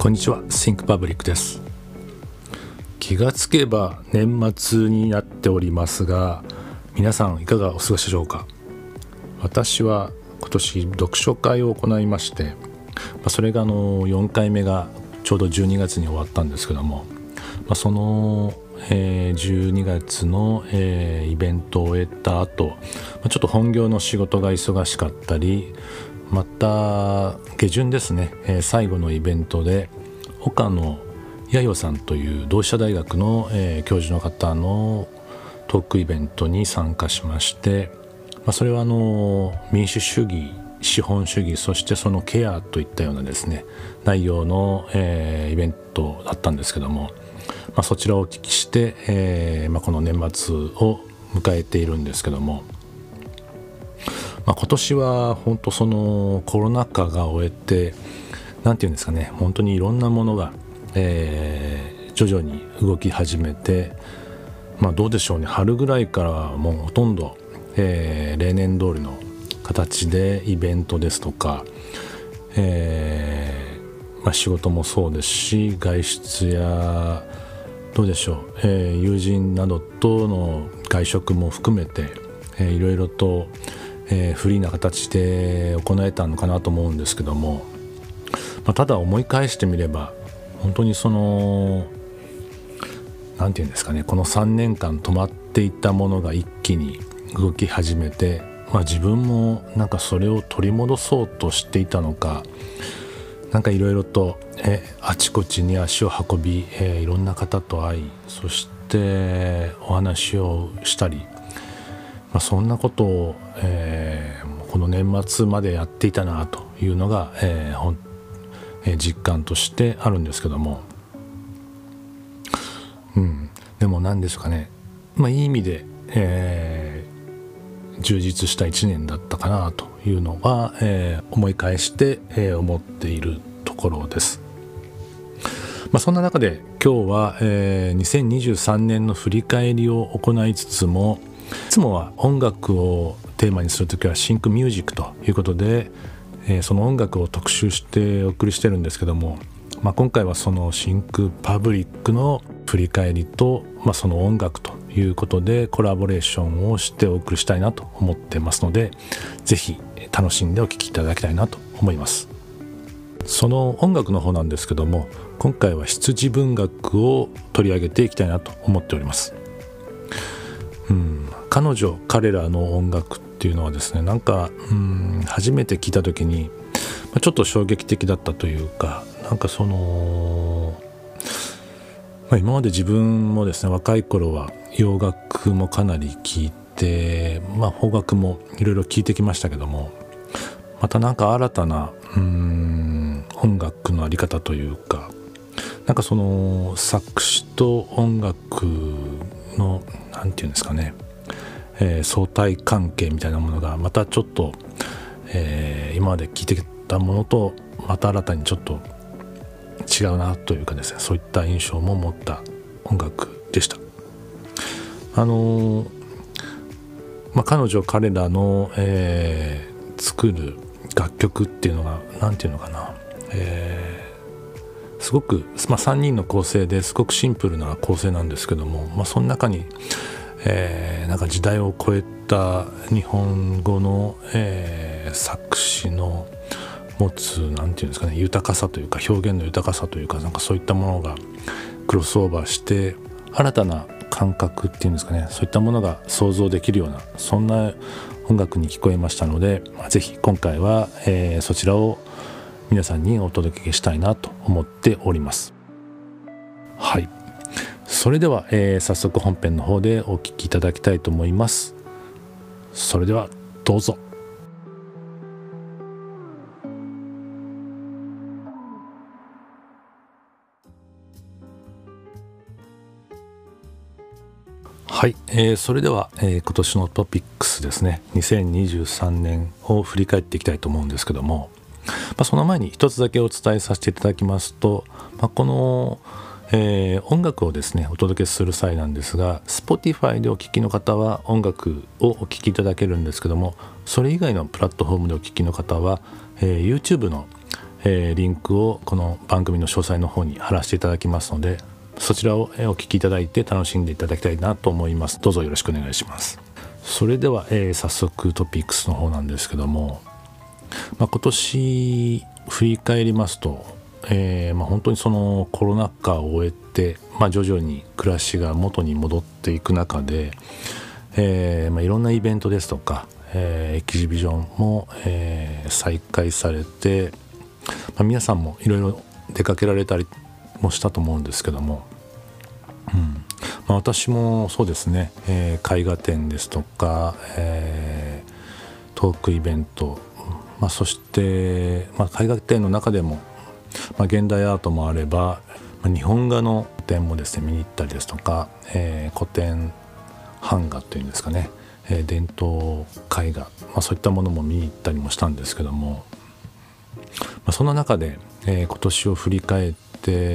こんにちは、Think Public です。気がつけば年末になっておりますが、皆さんいかがお過ごしでしょうか。私は今年読書会を行いまして、それが4回目がちょうど12月に終わったんですけども、その、12月の、イベントを終えた後、ちょっと本業の仕事が忙しかったり、また下旬ですね、最後のイベントで岡野弥生さんという同志社大学の、教授の方のトークイベントに参加しまして、それは民主主義、資本主義、そしてそのケアといったようなですね内容の、イベントだったんですけども、そちらをお聞きして、この年末を迎えているんですけども、今年は本当そのコロナ禍が終えて、なんていうんですかね、本当にいろんなものが、徐々に動き始めて、どうでしょうね、春ぐらいからはもうほとんど、例年通りの形でイベントですとか、仕事もそうですし、外出やどうでしょう、友人などとの外食も含めて、いろいろとフリーな形で行えたのかなと思うんですけども、ただ思い返してみれば本当にそのなんていうんですかね、この3年間止まっていたものが一気に動き始めて、自分もなんかそれを取り戻そうとしていたのか、なんかいろいろとあちこちに足を運び、いろんな方と会い、そしてお話をしたり、そんなことを、この年末までやっていたなというのが、実感としてあるんですけども、でも何ですかね、いい意味で、充実した1年だったかなというのは、思い返して、思っているところです。そんな中で今日は、2023年の振り返りを行いつつも、いつもは音楽をテーマにするときはシンクミュージックということで、その音楽を特集してお送りしてるんですけども、今回はそのシンクパブリックの振り返りと、その音楽ということでコラボレーションをしてお送りしたいなと思ってますので、ぜひ楽しんでお聴きいただきたいなと思います。その音楽の方なんですけども、今回は羊文学を取り上げていきたいなと思っております。彼らの音楽っていうのはですね、なんか初めて聞いた時にちょっと衝撃的だったというか、なんかその、今まで自分もですね、若い頃は洋楽もかなり聞いて、邦楽もいろいろ聞いてきましたけども、またなんか新たな音楽のあり方というか、なんかその作詞と音楽のなんていうんですかね、相対関係みたいなものがまたちょっと、今まで聞いてきたものとまた新たにちょっと違うなというかですね、そういった印象も持った音楽でした。彼らの、作る楽曲っていうのがなんていうのかな、すごく、3人の構成ですごくシンプルな構成なんですけども、その中になんか時代を超えた日本語の、作詞の持つなんていうんですかね、豊かさというか、表現の豊かさというか、なんかそういったものがクロスオーバーして新たな感覚っていうんですかね、そういったものが想像できるような、そんな音楽に聞こえましたので、ぜひ今回は、そちらを皆さんにお届けしたいなと思っております。はい、それでは、早速本編の方でお聞きいただきたいと思います。それではどうぞ。はい、それでは、今年のトピックスですね、2023年を振り返っていきたいと思うんですけども、その前に一つだけお伝えさせていただきますと、この、音楽をですねお届けする際なんですが、 Spotify でお聴きの方は音楽をお聴きいただけるんですけども、それ以外のプラットフォームでお聴きの方は、YouTube の、 リンクをこの番組の詳細の方に貼らせていただきますので、そちらをお聞きいただいて楽しんでいただきたいなと思います。どうぞよろしくお願いします。それでは、早速トピックスの方なんですけども、今年振り返りますと、本当にそのコロナ禍を終えて、徐々に暮らしが元に戻っていく中で、いろんなイベントですとか、エキシビジョンも、再開されて、皆さんもいろいろ出かけられたりもしたと思うんですけども、私もそうですね、絵画展ですとか、トークイベント、そして、絵画展の中でも、現代アートもあれば、日本画の展もですね見に行ったりですとか、古典版画というんですかね、伝統絵画、そういったものも見に行ったりもしたんですけども、そんな中で、今年を振り返って、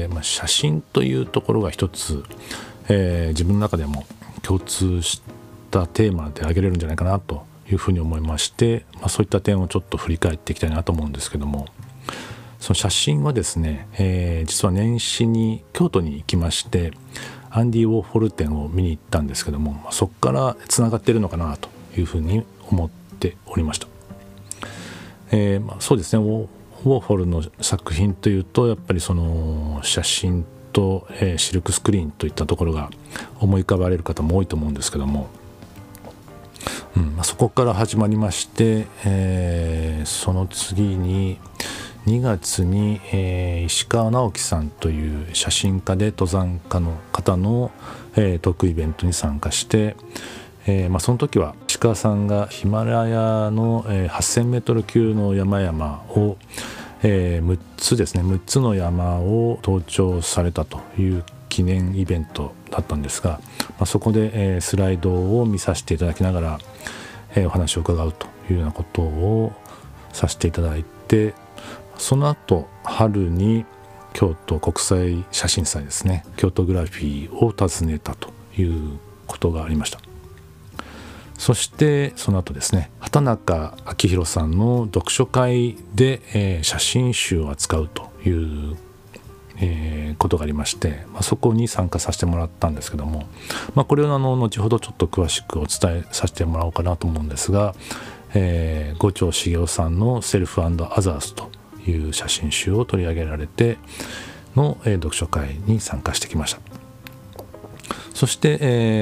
写真というところが一つ、自分の中でも共通したテーマで挙げれるんじゃないかなというふうに思いまして、そういった点をちょっと振り返っていきたいなと思うんですけども、その写真はですね、実は年始に京都に行きまして、アンディ・ウォーホル展を見に行ったんですけども、そこからつながっているのかなというふうに思っておりました。そうですね、ウォーホルの作品というとやっぱりその写真と、シルクスクリーンといったところが思い浮かばれる方も多いと思うんですけども、そこから始まりまして、その次に2月に、石川直樹さんという写真家で登山家の方の、トークイベントに参加して、その時は石川さんがヒマラヤの、8000メートル級の山々を、6つですね、6つの山を登頂されたという記念イベントだったんですが、そこで、スライドを見させていただきながら、お話を伺うというようなことをさせていただいて、その後春に京都国際写真祭ですね、京都グラフィーを訪ねたということがありました。そしてその後ですね、畑中昭弘さんの読書会で、写真集を扱うという、ことがありまして、そこに参加させてもらったんですけども、これを後ほどちょっと詳しくお伝えさせてもらおうかなと思うんですが、五条茂雄さんのセルフ&アザースという写真集を取り上げられての、読書会に参加してきました。そして、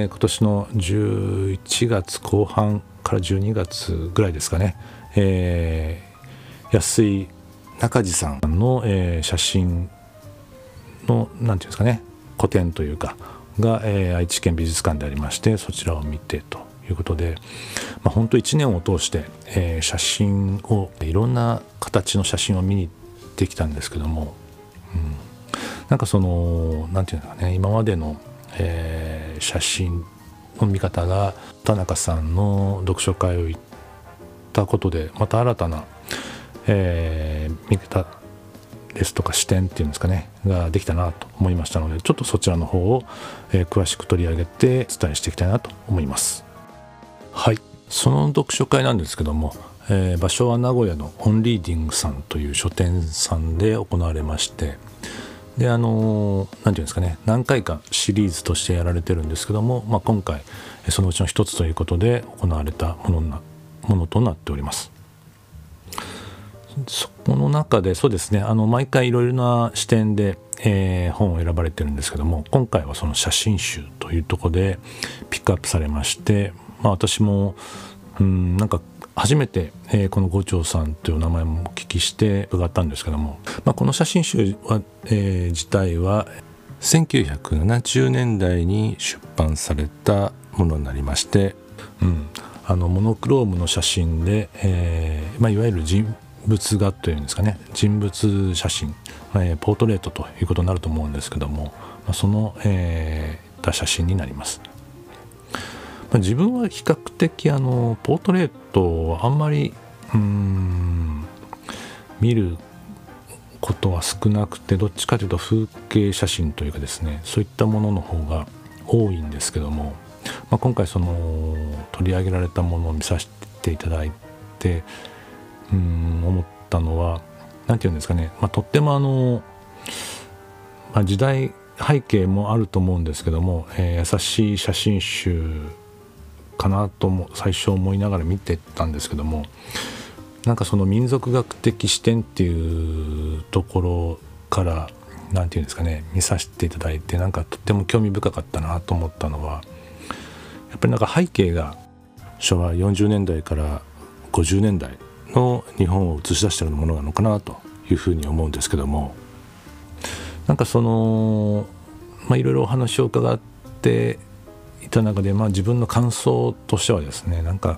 今年の11月後半から12月ぐらいですかね、安井中地さんの、写真のなんていうんですかね、個展というかが、愛知県美術館でありまして、そちらを見てということで、本当1年を通して、写真をいろんな形の写真を見に行ってきたんですけども、なんかそのなんていうんですかね、今までの、写真の見方が田中さんの読書会を行ったことでまた新たな、見方ですとか視点っていうんですかねができたなと思いましたので、ちょっとそちらの方を、詳しく取り上げて伝えしていきたいなと思います。はい、その読書会なんですけども、場所は名古屋のオンリーディングさんという書店さんで行われまして、でなんていうんですかね、何回かシリーズとしてやられてるんですけども、今回そのうちの一つということで行われたものとなっております。そこの中でそうですね、毎回いろいろな視点で、本を選ばれてるんですけども、今回はその写真集というところでピックアップされまして、私もなんか初めて、この五条さんという名前もお聞きして伺ったんですけども、この写真集は、自体は1970年代に出版されたものになりまして、モノクロームの写真で、いわゆる人物画というんですかね、人物写真、ポートレートということになると思うんですけども、その、写真になります。自分は比較的ポートレートをあんまり見ることは少なくて、どっちかというと風景写真というかですね、そういったものの方が多いんですけども、今回その取り上げられたものを見させていただいて思ったのは、 なんていうんですかね、とっても時代背景もあると思うんですけども、優しい写真集かなとも最初思いながら見てたんですけども、なんかその民族学的視点っていうところからなんていうんですかね、見させていただいて、なんかとっても興味深かったなと思ったのは、やっぱりなんか背景が昭和40年代から50年代の日本を映し出しているものなのかなというふうに思うんですけども、なんかそのいろいろお話を伺っていた中で、自分の感想としてはですね、なんか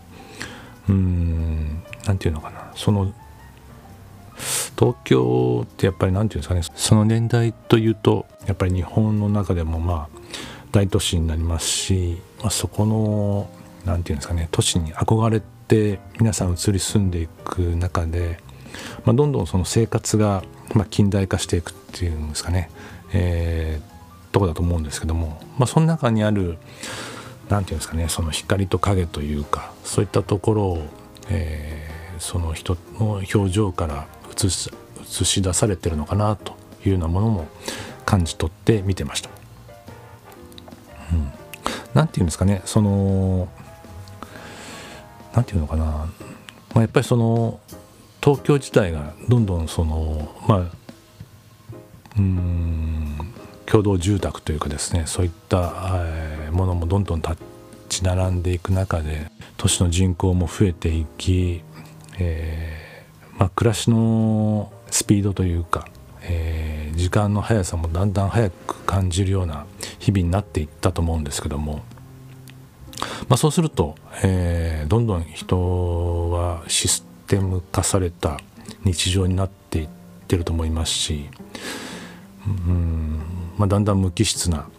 なんていうのかな、その東京ってやっぱりなんていうんですかね、その年代というとやっぱり日本の中でも大都市になりますし、そこのなんていうんですかね、都市に憧れて皆さん移り住んでいく中で、どんどんその生活が近代化していくっていうんですかね、とこだと思うんですけども、その中にあるなんていうんですかね、その光と影というか、そういったところを、その人の表情から映し出されてるのかなというようなものも感じ取って見てました。なんていうんですかね、そのなんていうのかな、やっぱりその東京自体がどんどんその共同住宅というかですね、そういったものもどんどん立ち並んでいく中で、都市の人口も増えていき、暮らしのスピードというか、時間の速さもだんだん速く感じるような日々になっていったと思うんですけども、そうすると、どんどん人はシステム化された日常になっていってると思いますし、だんだん無機質な、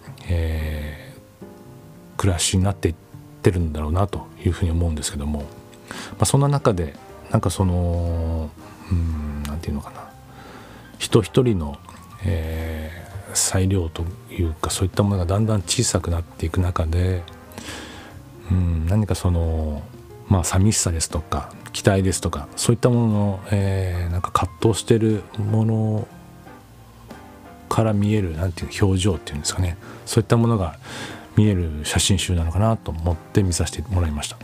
暮らしになっていってるんだろうなというふうに思うんですけども、そんな中でなんかそのなんていうのかな、人一人の、裁量というか、そういったものがだんだん小さくなっていく中で、何かその寂しさですとか期待ですとか、そういったものの、なんか葛藤しているものから見えるなんていう表情っていうんですかね、そういったものが見える写真集なのかなと思って見させてもらいました。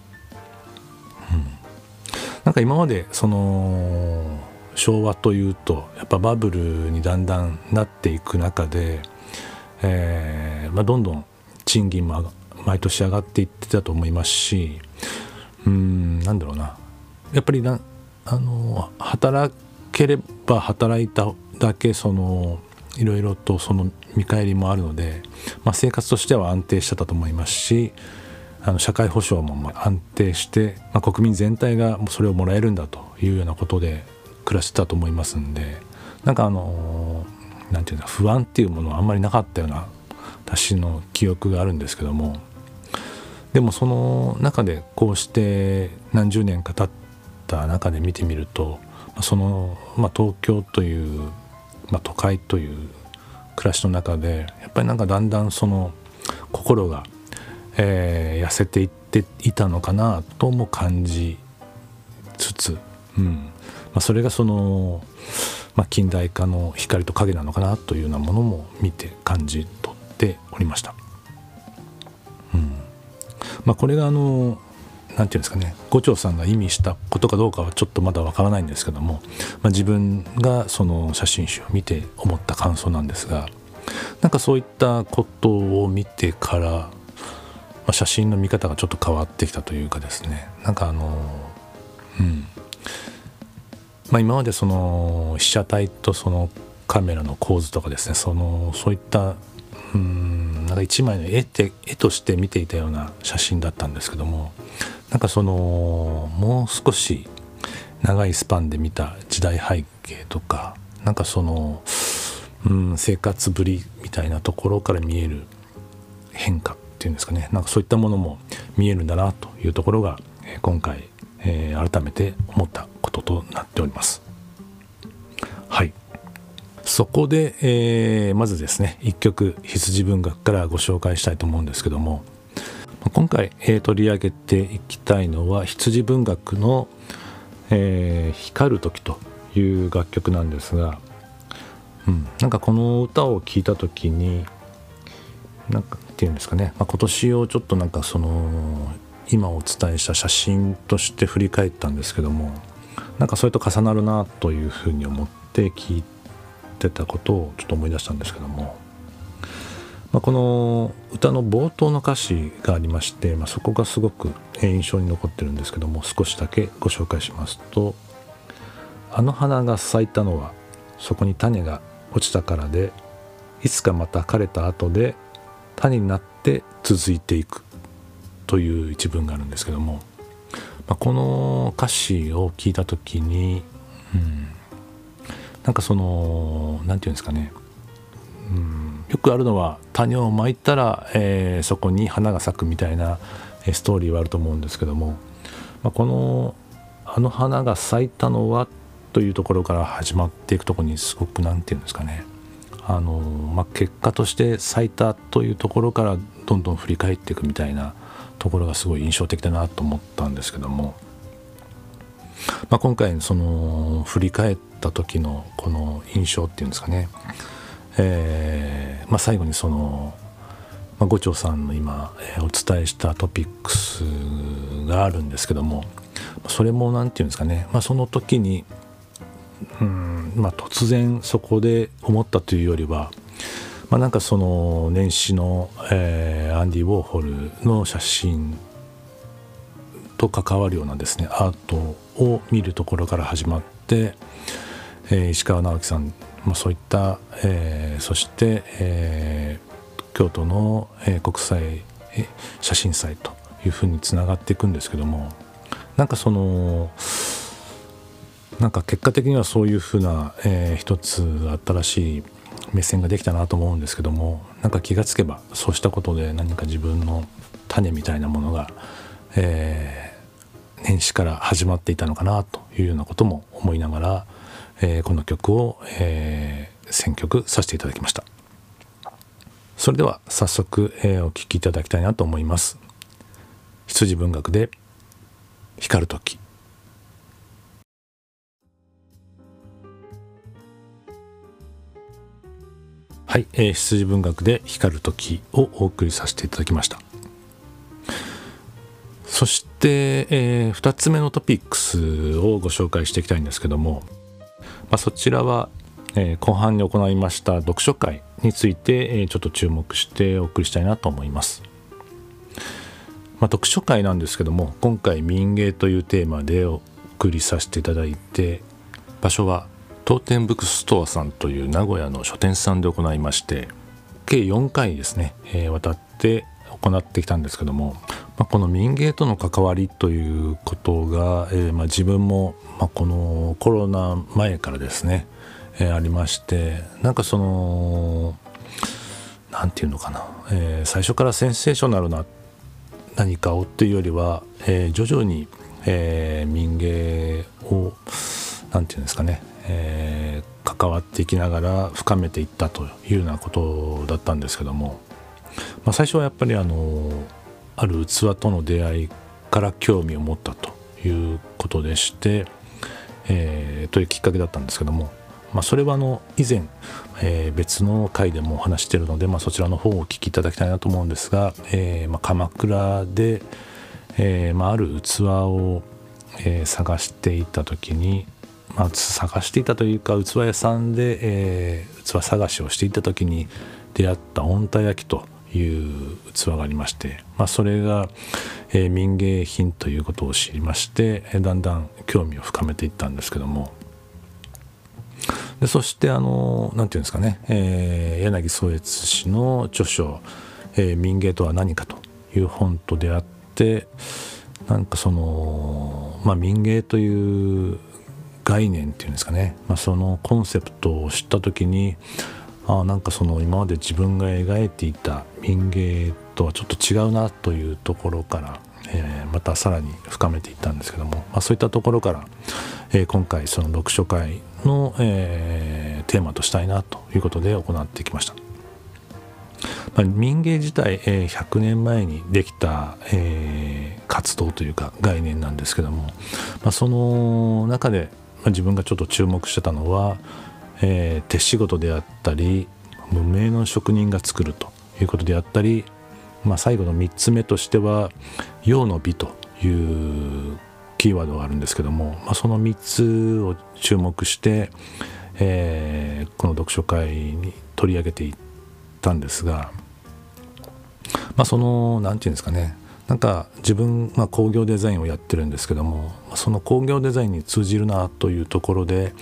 なんか今までその昭和というとやっぱバブルにだんだんなっていく中で、どんどん賃金も毎年上がっていってたと思いますし、なんだろうな、やっぱり働ければ働いただけそのいろいろとその見返りもあるので、生活としては安定してたと思いますし、社会保障も安定して、国民全体がそれをもらえるんだというようなことで暮らしてたと思いますんで、なんかなんていうの、不安っていうものはあんまりなかったような私の記憶があるんですけども、でもその中でこうして何十年か経った中で見てみると、その、東京という、都会という暮らしの中でやっぱりなんかだんだんその心が、痩せていっていたのかなとも感じつつ、それがその、近代化の光と影なのかなというようなものも見て感じ取っておりました。これがなんていうんですかね、五丁さんが意味したことかどうかはちょっとまだわからないんですけども、自分がその写真集を見て思った感想なんですが、なんかそういったことを見てから、写真の見方がちょっと変わってきたというかですね、なんか今までその被写体とそのカメラの構図とかですね、そういったなんか一枚の絵として見ていたような写真だったんですけども、なんかそのもう少し長いスパンで見た時代背景とか、なんかその生活ぶりみたいなところから見える変化っていうんですかね、なんかそういったものも見えるんだなというところが今回改めて思ったこととなっております。はい、そこで、まずですね、一曲羊文学からご紹介したいと思うんですけども、今回、取り上げていきたいのは羊文学の、光る時という楽曲なんですが、なんかこの歌を聴いた時になんかっていうんですかね、今年をちょっとなんかその今お伝えした写真として振り返ったんですけども、なんかそれと重なるなというふうに思って聴いてたことをちょっと思い出したんですけども、この歌の冒頭の歌詞がありまして、そこがすごく印象に残ってるんですけども、少しだけご紹介しますと、あの花が咲いたのはそこに種が落ちたからで、いつかまた枯れた後で種になって続いていくという一文があるんですけども、この歌詞を聞いた時に、なんかそのなんていうんですかね、よくあるのは種をまいたら、そこに花が咲くみたいなストーリーはあると思うんですけども、このあの花が咲いたのはというところから始まっていくところにすごくなんていうんですかね、結果として咲いたというところからどんどん振り返っていくみたいなところがすごい印象的だなと思ったんですけども、今回その振り返った時のこの印象っていうんですかね、最後にその、五丁さんの今、お伝えしたトピックスがあるんですけども、それもなんていうんですかね、その時に突然そこで思ったというよりは、なんかその年始の、アンディ・ウォーホルの写真と関わるようなですねアートを見るところから始まって、石川直樹さん、そういった、そして、京都の、国際写真祭というふうにつながっていくんですけども、なんかそのなんか結果的にはそういうふうな、一つ新しい目線ができたなと思うんですけども、なんか気がつけばそうしたことで何か自分の種みたいなものが、年始から始まっていたのかなというようなことも思いながら、この曲を、選曲させていただきました。それでは早速、お聴きいただきたいなと思います。羊文学で光る時。はい、羊文学で光る時をお送りさせていただきました。そして、2つ目のトピックスをご紹介していきたいんですけども、そちらは、後半に行いました読書会について、ちょっと注目してお送りしたいなと思います。読書会なんですけども、今回民芸というテーマでお送りさせていただいて、場所は当店ブックストアさんという名古屋の書店さんで行いまして、計4回ですね、渡って行ってきたんですけども、この民芸との関わりということが、自分も、このコロナ前からですね、ありまして、なんかそのなんていうのかな、最初からセンセーショナルな何かをっていうよりは、徐々に、民芸をなんていうんですかね、関わっていきながら深めていったというようなことだったんですけども、最初はやっぱりある器との出会いから興味を持ったということでして、というきっかけだったんですけども、それは以前、別の回でもお話しているので、そちらの方をお聞きいただきたいなと思うんですが、鎌倉で、ある器を、探していた時に、探していたというか器屋さんで、器探しをしていた時に出会った御田焼という器がありまして、それが、民芸品ということを知りまして、だんだん興味を深めていったんですけども、でそしてなんていうんですかね、柳宗悦氏の著書、民芸とは何かという本と出会って、なんかその、民芸という概念っていうんですかね、そのコンセプトを知った時に、なんかその今まで自分が描いていた民芸とはちょっと違うなというところから、またさらに深めていったんですけども、そういったところから、今回その読書会の、テーマとしたいなということで行ってきました。民芸自体、100年前にできた、活動というか概念なんですけども、その中で、 自分がちょっと注目してたのは、手仕事であったり無名の職人が作るということであったり、最後の3つ目としては用の美というキーワードがあるんですけども、その3つを注目して、この読書会に取り上げていったんですが、そのなんていうんですかね、なんか自分、工業デザインをやってるんですけども、その工業デザインに通じるなというところで、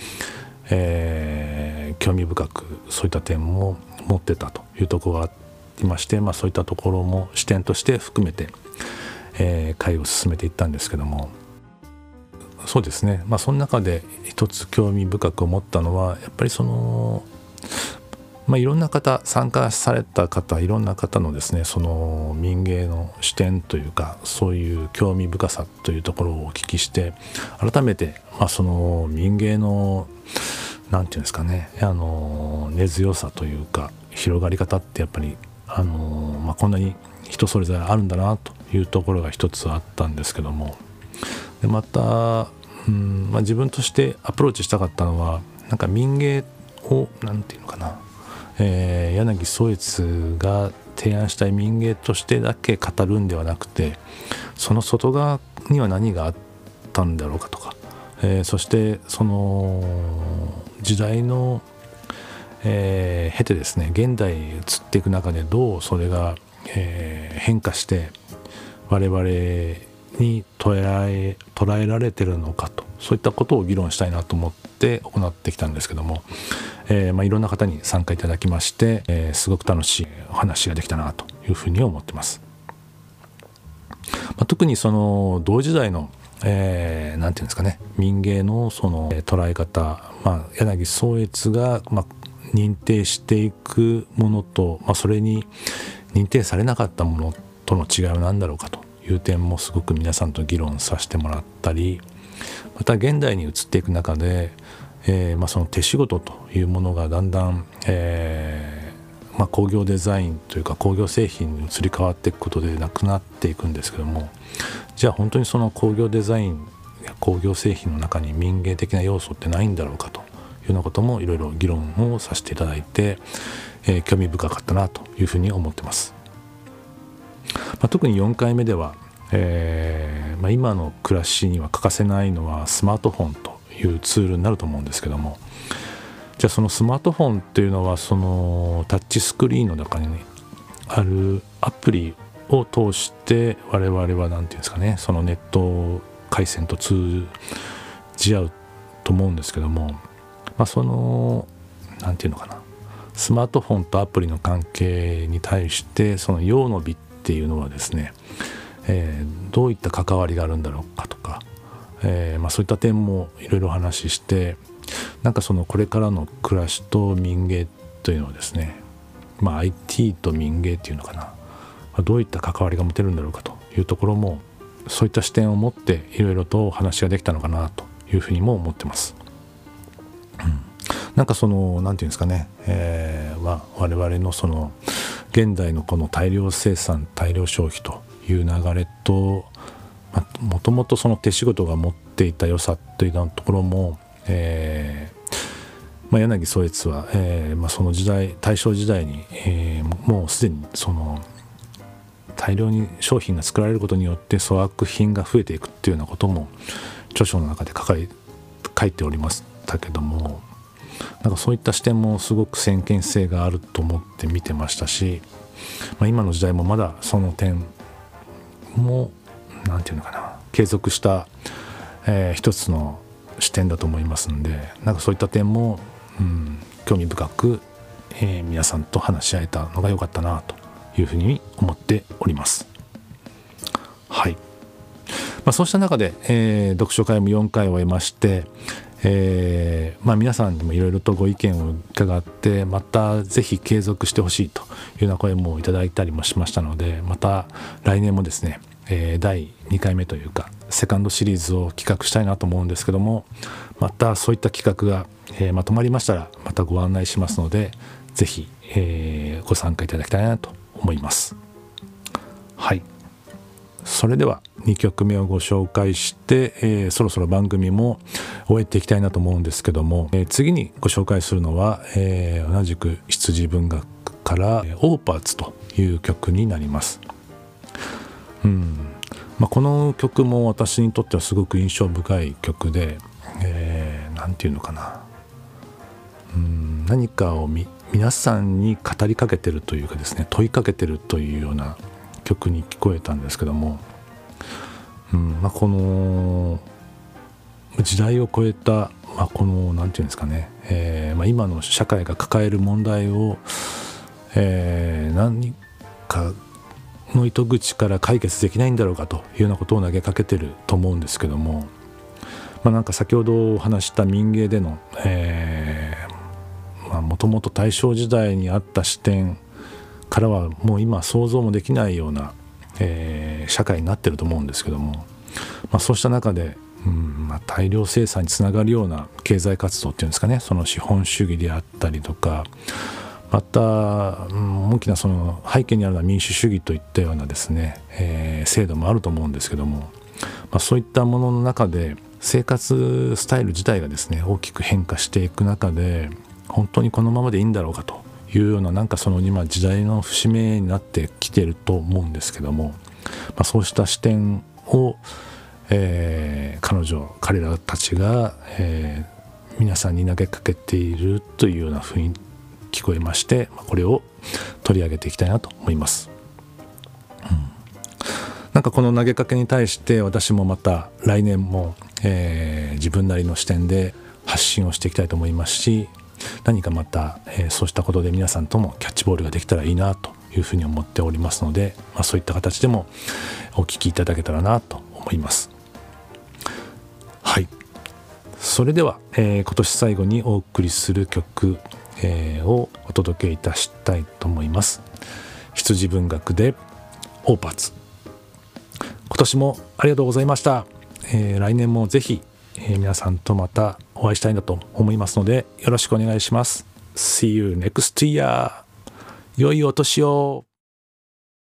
興味深くそういった点も持ってたというところがありまして、そういったところも視点として含めて、会を進めていったんですけども、そうですね、その中で一つ興味深く思ったのはやっぱりその、いろんな方参加された方、いろんな方のですね、その民芸の視点というか、そういう興味深さというところをお聞きして、改めて、その民芸のなんていうんですかね、根強さというか広がり方ってやっぱりこんなに人それぞれあるんだなというところが一つあったんですけども、でまた、自分としてアプローチしたかったのは、なんか民芸をなんていうのかな、柳宗悦が提案したい民芸としてだけ語るんではなくて、その外側には何があったんだろうかとか、そしてその時代の、経てですね、現代に移っていく中でどうそれが、変化して我々に捉えられてるのかと、そういったことを議論したいなと思って行ってきたんですけども、いろんな方に参加いただきまして、すごく楽しいお話ができたなというふうに思ってます。特にその同時代の、なんていうんですかね、民芸のその捉え方、柳宗悦が、認定していくものと、それに認定されなかったものとの違いは何だろうかという点もすごく皆さんと議論させてもらったり、また現代に移っていく中で、その手仕事というものがだんだん、工業デザインというか工業製品に移り変わっていくことでなくなっていくんですけども、じゃあ本当にその工業デザインや工業製品の中に民芸的な要素ってないんだろうかというようなこともいろいろ議論をさせていただいて、興味深かったなというふうに思ってます。特に4回目では、今の暮らしには欠かせないのはスマートフォンというツールになると思うんですけども、じゃあそのスマートフォンっていうのはそのタッチスクリーンの中にあるアプリを通して我々は何ていうんですかね、そのネット回線と通じ合うと思うんですけども、その何ていうのかな、スマートフォンとアプリの関係に対してその用の美っていうのはですね、どういった関わりがあるんだろうかとか、そういった点もいろいろ話して、なんかそのこれからの暮らしと民芸というのはですね、IT と民芸っていうのかな、どういった関わりが持てるんだろうかというところも、そういった視点を持っていろいろとお話ができたのかなというふうにも思ってます。なんかそのなんていうんですかね、我々のその現代のこの大量生産大量消費という流れと、もともとその手仕事が持っていた良さというようなところも、柳宗悦は、その時代大正時代に、もうすでにその大量に商品が作られることによって粗悪品が増えていくっていうようなことも著書の中で書いておりましたけども、なんかそういった視点もすごく先見性があると思って見てましたし、今の時代もまだその点もなんていうのかな、継続した、一つの視点だと思いますんで、なんかそういった点も、興味深く、皆さんと話し合えたのが良かったなというふうに思っております。はい。そうした中で、読書会も4回を終えまして、皆さんにもいろいろとご意見を伺って、またぜひ継続してほしいというような声もいただいたりもしましたので、また来年もですね、第2回目というかセカンドシリーズを企画したいなと思うんですけども、またそういった企画が、まとまりましたらまたご案内しますので、ぜひ、ご参加いただきたいなと思います。はい。 それでは2曲目をご紹介して、そろそろ番組も終えていきたいなと思うんですけども、次にご紹介するのは、同じく羊文学からオーパーツという曲になります。この曲も私にとってはすごく印象深い曲で、なんていうのかな、何かを皆さんに語りかけてるというかですね、問いかけてるというような曲に聞こえたんですけども、この時代を超えた、このなんていうんですかね、今の社会が抱える問題を、何かの糸口から解決できないんだろうかというようなことを投げかけてると思うんですけども、なんか先ほどお話した民芸でのもともと大正時代にあった視点からはもう今想像もできないような、社会になってると思うんですけども、そうした中で、大量生産につながるような経済活動っていうんですかね、その資本主義であったりとか、また、大きなその背景にあるのは民主主義といったようなですね、制度もあると思うんですけども、そういったものの中で生活スタイル自体がですね大きく変化していく中で、本当にこのままでいいんだろうかというような、なんかその今時代の節目になってきていると思うんですけども、そうした視点を、彼らたちが、皆さんに投げかけているというような雰囲気聞こえまして、これを取り上げていきたいなと思います。なんかこの投げかけに対して私もまた来年も、自分なりの視点で発信をしていきたいと思いますし、何かまた、そうしたことで皆さんともキャッチボールができたらいいなというふうに思っておりますので、そういった形でもお聞きいただけたらなと思います。はい、それでは、今年最後にお送りする曲、をお届けいたしたいと思います。羊文学でオーパーツ。今年もありがとうございました。来年もぜひ、皆さんとまたお会いしたいなと思いますので、よろしくお願いします。See you next year. 良いお年を。